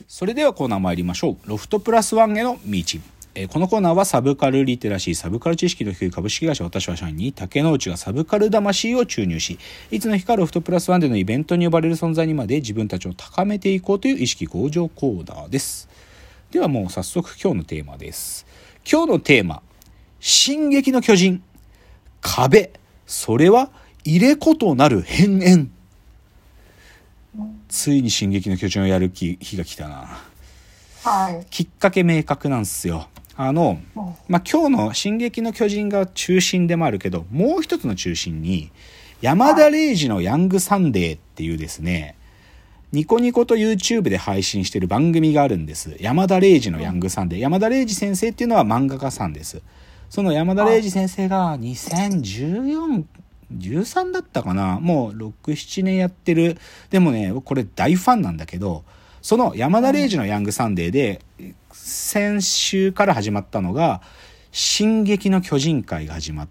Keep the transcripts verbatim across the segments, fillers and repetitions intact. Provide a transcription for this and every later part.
それではコーナー参りましょう。ロフトプラスワンへの道。えー、このコーナーはサブカルリテラシー、サブカル知識の低い株式会社私は社員に竹之内がサブカル魂を注入し、いつの日かロフトプラスワンでのイベントに呼ばれる存在にまで自分たちを高めていこうという意識向上コーナーです。ではもう早速今日のテーマです。今日のテーマ、進撃の巨人、壁、それは入れ子となる変縁。ついに進撃の巨人をやる日が来たな。 はい、 きっかけ明確なんですよ。あの、まあ、今日の進撃の巨人が中心でもあるけど、もう一つの中心に山田礼二のヤングサンデーっていうですね、ニコニコと YouTube で配信している番組があるんです。山田礼二のヤングサンデー。山田礼二先生っていうのは漫画家さんです。その山田礼二先生がにせんじゅうよん、じゅうさんだったかな、もうろく、ななねんやってる。でもね、これ大ファンなんだけど、その山田礼二のヤングサンデーで先週から始まったのが進撃の巨人会が始まって、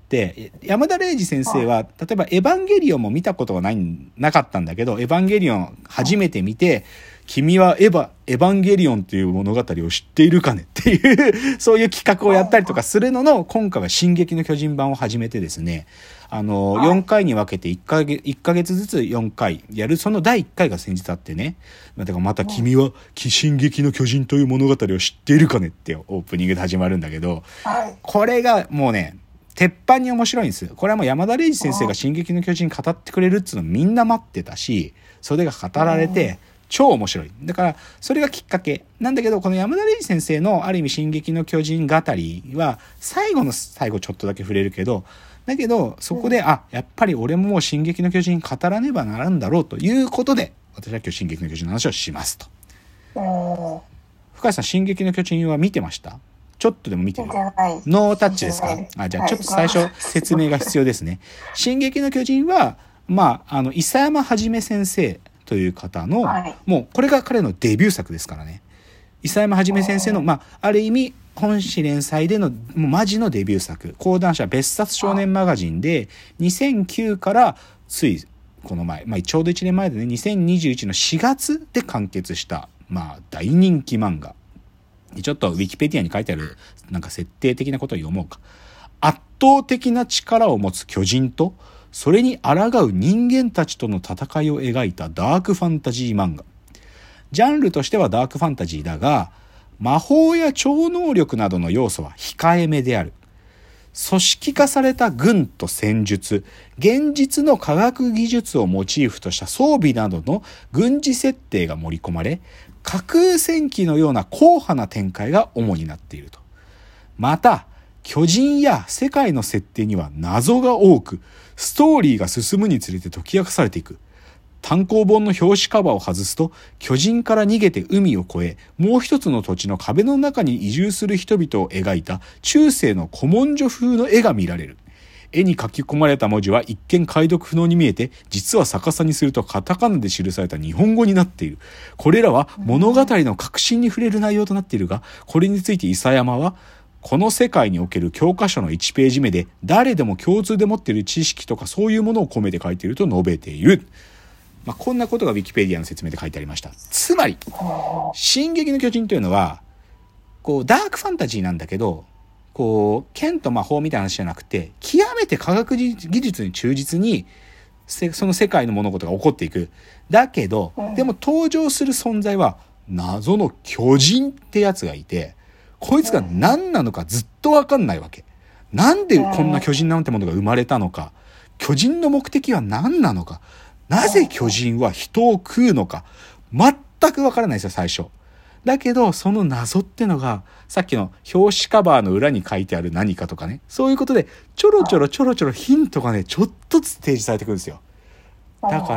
山田礼二先生は例えばエヴァンゲリオンも見たことがないなかったんだけど、エヴァンゲリオン初めて見て、君はエヴァエヴァンゲリオンという物語を知っているかねっていうそういう企画をやったりとかするのの、今回は進撃の巨人版を始めてですね、あのよんかいに分けていっかげつ、いっかげつずつよんかいやる。そのだいいっかいが先日あってね、だからまた君は進撃の巨人という物語を知っているかねってオープニングで始まるんだけど、これがもうね鉄板に面白いんです。これはもう山田礼二先生が進撃の巨人語ってくれるっつうのみんな待ってたし、それが語られて超面白い。だからそれがきっかけなんだけど、この山田礼二先生のある意味進撃の巨人語りは最後の最後ちょっとだけ触れるけど、だけどそこで、あ、やっぱり俺ももう進撃の巨人語らねばならんだろうということで、私は今日進撃の巨人の話をしますと。深井さん、進撃の巨人は見てました？ちょっとでも見てる？ノータッチですか？あ、じゃあちょっと最初説明が必要ですね。進撃の巨人は、まあ、あの伊佐山はじめ先生という方の、はい、もうこれが彼のデビュー作ですからね。伊佐山はじめ先生の、まあ、ある意味本誌連載でのもうマジのデビュー作、講談社別冊少年マガジンでにせんきゅうからついこの前、まあ、ちょうどいちねんまえでね、にせんにじゅういちのしがつで完結した、まあ、大人気漫画。ちょっとウィキペディアに書いてあるなんか設定的なことを読もうか。圧倒的な力を持つ巨人とそれに抗う人間たちとの戦いを描いたダークファンタジー漫画。ジャンルとしてはダークファンタジーだが、魔法や超能力などの要素は控えめである。組織化された軍と戦術、現実の科学技術をモチーフとした装備などの軍事設定が盛り込まれ、架空戦記のような硬派な展開が主になっていると。また、巨人や世界の設定には謎が多く、ストーリーが進むにつれて解き明かされていく。単行本の表紙カバーを外すと、巨人から逃げて海を越え、もう一つの土地の壁の中に移住する人々を描いた中世の古文書風の絵が見られる。絵に書き込まれた文字は一見解読不能に見えて、実は逆さにするとカタカナで記された日本語になっている。これらは物語の核心に触れる内容となっているが、これについて伊佐山は、この世界における教科書のいちページ目で誰でも共通で持っている知識とかそういうものを込めて書いていると述べている。まあ、こんなことがウィキペディアの説明で書いてありました。つまり、進撃の巨人というのは、こう、ダークファンタジーなんだけど、こう、剣と魔法みたいな話じゃなくて、極めて科学技術に忠実に、その世界の物事が起こっていく。だけど、でも登場する存在は、謎の巨人ってやつがいて、こいつが何なのかずっとわかんないわけ。なんでこんな巨人なんてものが生まれたのか。巨人の目的は何なのか。なぜ巨人は人を食うのか。全くわからないですよ、最初。だけど、その謎ってのが、さっきの表紙カバーの裏に書いてある何かとかね。そういうことで、ちょろちょろちょろちょろヒントがね、ちょっとずつ提示されてくるんですよ。だから、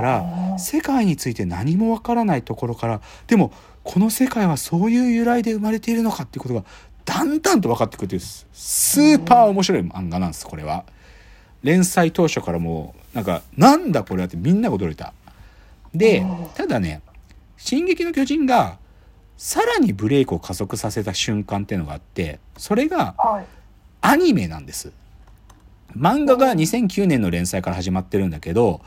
世界について何もわからないところから、でも、この世界はそういう由来で生まれているのかっていうことがだんだんと分かってくるというスーパー面白い漫画なんです。これは連載当初からもうなんかなんだこれはってみんなが驚いた。でただね、進撃の巨人がさらにブレイクを加速させた瞬間っていうのがあって、それがアニメなんです。漫画がにせんきゅうねんの連載から始まってるんだけど、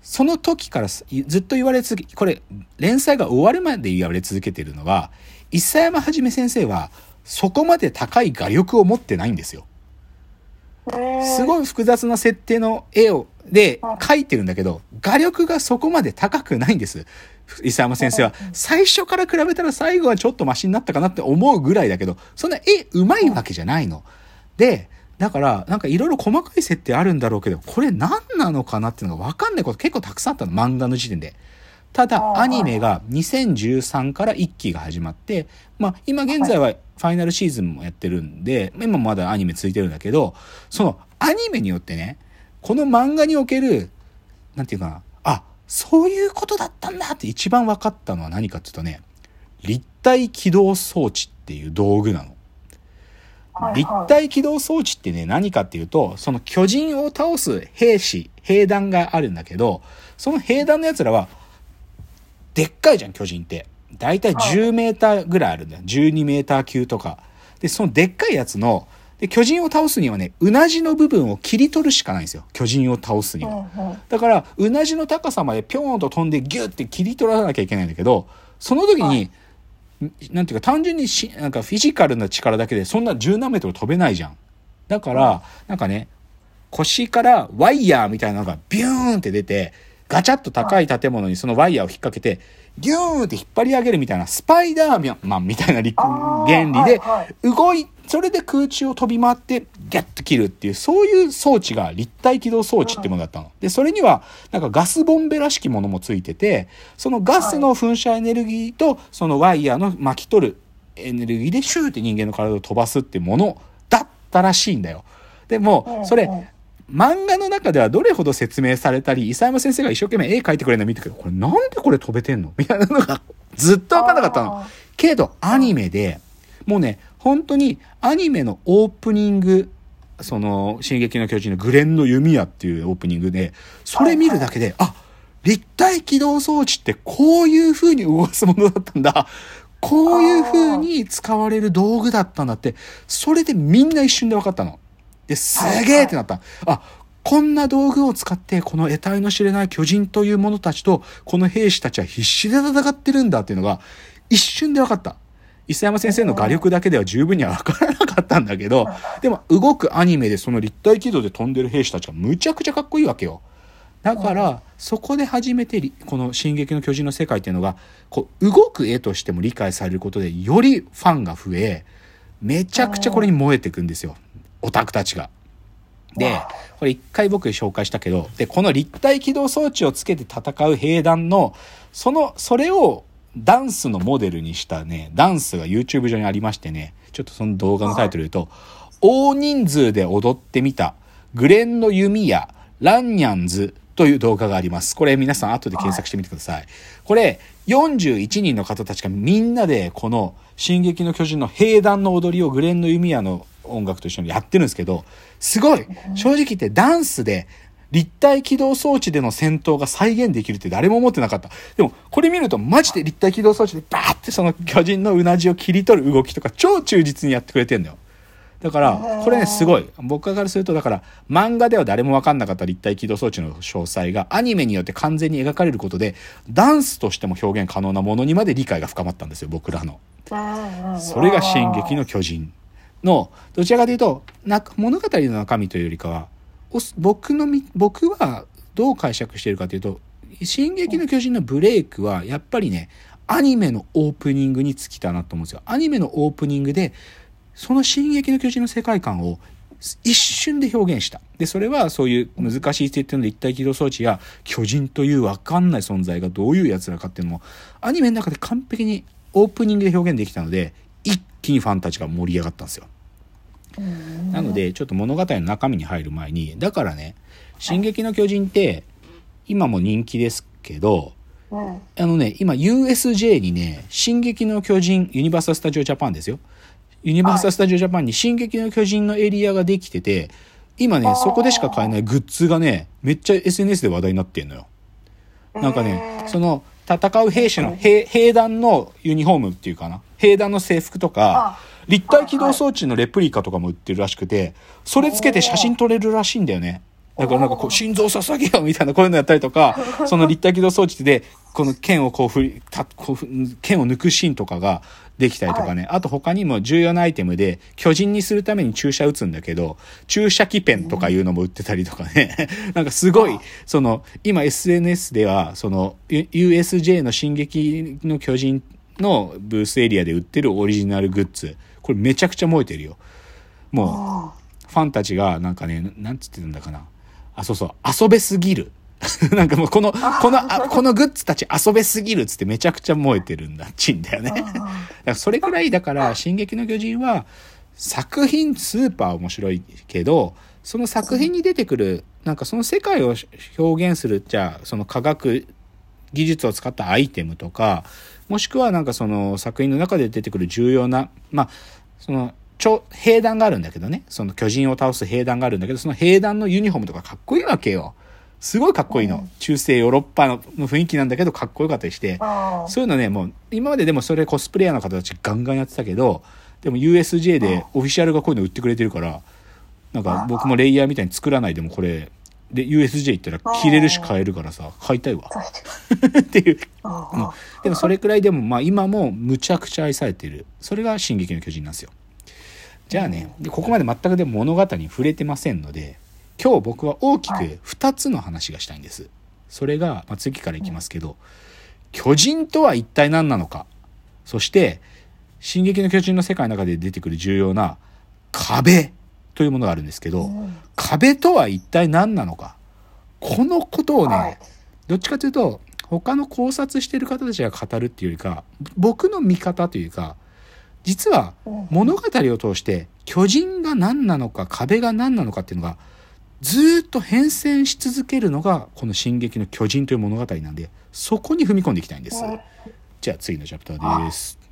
その時からずっと言われ続け、これ連載が終わるまで言われ続けているのは、諫山はじめ先生はそこまで高い画力を持ってないんですよ。すごい複雑な設定の絵をで描いてるんだけど、画力がそこまで高くないんです。諫山先生は最初から比べたら最後はちょっとマシになったかなって思うぐらいだけど、そんな絵うまいわけじゃないので、だからなんかいろいろ細かい設定あるんだろうけど、これ何なのかなっていうのが分かんないこと結構たくさんあったの、漫画の時点で。ただアニメがにせんじゅうさんからいっきが始まって、まあ今現在はファイナルシーズンもやってるんで、今まだアニメ続いてるんだけど、そのアニメによってね、この漫画におけるなんていうかな、あ、そういうことだったんだって一番分かったのは何かっていうとね、立体起動装置っていう道具なの。立体起動装置ってね、何かっていうと、その巨人を倒す兵士、兵団があるんだけど、その兵団のやつらはでっかいじゃん、巨人って。だいたいじゅうメーターぐらいあるんだよ。じゅうにメーター級とか。で、そのでっかいやつの、で、巨人を倒すにはね、うなじの部分を切り取るしかないんですよ。巨人を倒すには。だから、うなじの高さまでピョーンと飛んでギュッて切り取らなきゃいけないんだけど、その時に、なんていうか単純にし、なんかフィジカルな力だけでそんなじゅうなんメートル飛べないじゃん。だから、なんかね、腰からワイヤーみたいなのがビューンって出て、ガチャッと高い建物にそのワイヤーを引っ掛けて、ギューンって引っ張り上げるみたいな、スパイダーマンみたいな原理で、動い、それで空中を飛び回って、ギャッと切るっていう、そういう装置が立体起動装置っていうものだったの。で、それには、なんかガスボンベらしきものもついてて、そのガスの噴射エネルギーと、そのワイヤーの巻き取るエネルギーでシューって人間の体を飛ばすっていうものだったらしいんだよ。でも、それ、漫画の中ではどれほど説明されたり、諫山先生が一生懸命絵描いてくれるのを見てくる。これなんでこれ飛べてんのみたいなのがずっと分かんなかったの。けどアニメで、もうね、本当にアニメのオープニング、その、進撃の巨人のグレンの弓矢っていうオープニングで、それ見るだけで、あ、立体起動装置ってこういう風に動かすものだったんだ。こういう風に使われる道具だったんだって、それでみんな一瞬で分かったの。で、すげーってなった。あ、こんな道具を使ってこの得体の知れない巨人という者たちとこの兵士たちは必死で戦ってるんだっていうのが一瞬で分かった。諫山先生の画力だけでは十分には分からなかったんだけど、でも動くアニメでその立体軌道で飛んでる兵士たちがむちゃくちゃかっこいいわけよ。だからそこで初めてこの進撃の巨人の世界っていうのがこう動く絵としても理解されることでよりファンが増え、めちゃくちゃこれに燃えていくんですよ、オタクたちが。で、これ一回僕紹介したけど、で、この立体起動装置をつけて戦う兵団の、その、それをダンスのモデルにしたね、ダンスが YouTube 上にありましてね、ちょっとその動画のタイトル言うと、大人数で踊ってみた、グレンの弓やランニャンズという動画があります。これ皆さん後で検索してみてください。これ、よんじゅういちにんの方たちがみんなでこの進撃の巨人の兵団の踊りをグレンの弓矢の音楽と一緒にやってるんですけど、すごい正直言ってダンスで立体起動装置での戦闘が再現できるって誰も思ってなかった。でもこれ見るとマジで立体起動装置でバーってその巨人のうなじを切り取る動きとか超忠実にやってくれてるんだよ。だからこれね、すごい僕からすると、だから漫画では誰も分かんなかった立体起動装置の詳細がアニメによって完全に描かれることで、ダンスとしても表現可能なものにまで理解が深まったんですよ、僕らの。それが進撃の巨人のどちらかというとな物語の中身というよりかは、僕の僕はどう解釈しているかというと、進撃の巨人のブレイクはやっぱりね、アニメのオープニングに尽きたなと思うんですよ。アニメのオープニングでその進撃の巨人の世界観を一瞬で表現した。で、それはそういう難しい設定の立体起動装置や巨人という分かんない存在がどういうやつらかっていうのもアニメの中で完璧にオープニングで表現できたので、一気にファンたちが盛り上がったんですよ。なのでちょっと物語の中身に入る前に、だからね、進撃の巨人って今も人気ですけど、あのね、今 ユーエスジェー にね、進撃の巨人、ユニバーサルスタジオジャパンですよ、ユニバーサルスタジオジャパンに進撃の巨人のエリアができてて、今ねそこでしか買えないグッズがね、めっちゃ エスエヌエス で話題になってんのよ。なんかね、その戦う兵士の 兵, 兵団のユニフォームっていうかな、兵団の制服とか立体起動装置のレプリカとかも売ってるらしくて、それつけて写真撮れるらしいんだよね。 だからなんかこう心臓捧げよみたいなこういうのやったりとか、その立体起動装置でこの剣をこう振りたこう剣を抜くシーンとかができたりとかね、あと他にも重要なアイテムで巨人にするために注射打つんだけど注射器ペンとかいうのも売ってたりとかねなんかすごいその今 エスエヌエス ではその ユーエスジェー の進撃の巨人のブースエリアで売ってるオリジナルグッズ、これめちゃくちゃ燃えてるよ。もうファンたちがなんかね、なんつってたんだかな、あ、そうそう、遊べすぎるなんかもうこのこのあこのグッズたち遊べすぎるっつってめちゃくちゃ燃えてるんだちんだよねだからそれくらいだから進撃の巨人は作品スーパー面白いけど、その作品に出てくるなんかその世界を表現するじゃあその科学技術を使ったアイテムとか、もしくはなんかその作品の中で出てくる重要なまあその超兵団があるんだけどね、その巨人を倒す兵団があるんだけど、その兵団のユニフォームとかかっこいいわけよ。すごいかっこいいの。中世ヨーロッパの雰囲気なんだけどかっこよかったりして、そういうのね、もう今まででもそれコスプレイヤーの方たちガンガンやってたけど、でも ユーエスジェー でオフィシャルがこういうの売ってくれてるから、なんか僕もレイヤーみたいに作らないでもこれで ユーエスジェー 行ったら着れるし買えるからさ、買いたいわっていう。もうでもそれくらいでもまあ今もむちゃくちゃ愛されてる。それが進撃の巨人なんですよ。じゃあね、でここまで全くでも物語に触れてませんので、今日僕は大きくふたつの話がしたいんです。それが、まあ、次からいきますけど、巨人とは一体何なのか、そして進撃の巨人の世界の中で出てくる重要な壁というものがあるんですけど、壁とは一体何なのか、このことをね、どっちかというと他の考察している方たちが語るっていうよりか、僕の見方というか、実は物語を通して巨人が何なのか壁が何なのかっていうのがずっと変遷し続けるのがこの進撃の巨人という物語なんで、そこに踏み込んでいきたいんです。じゃあ次のチャプターです。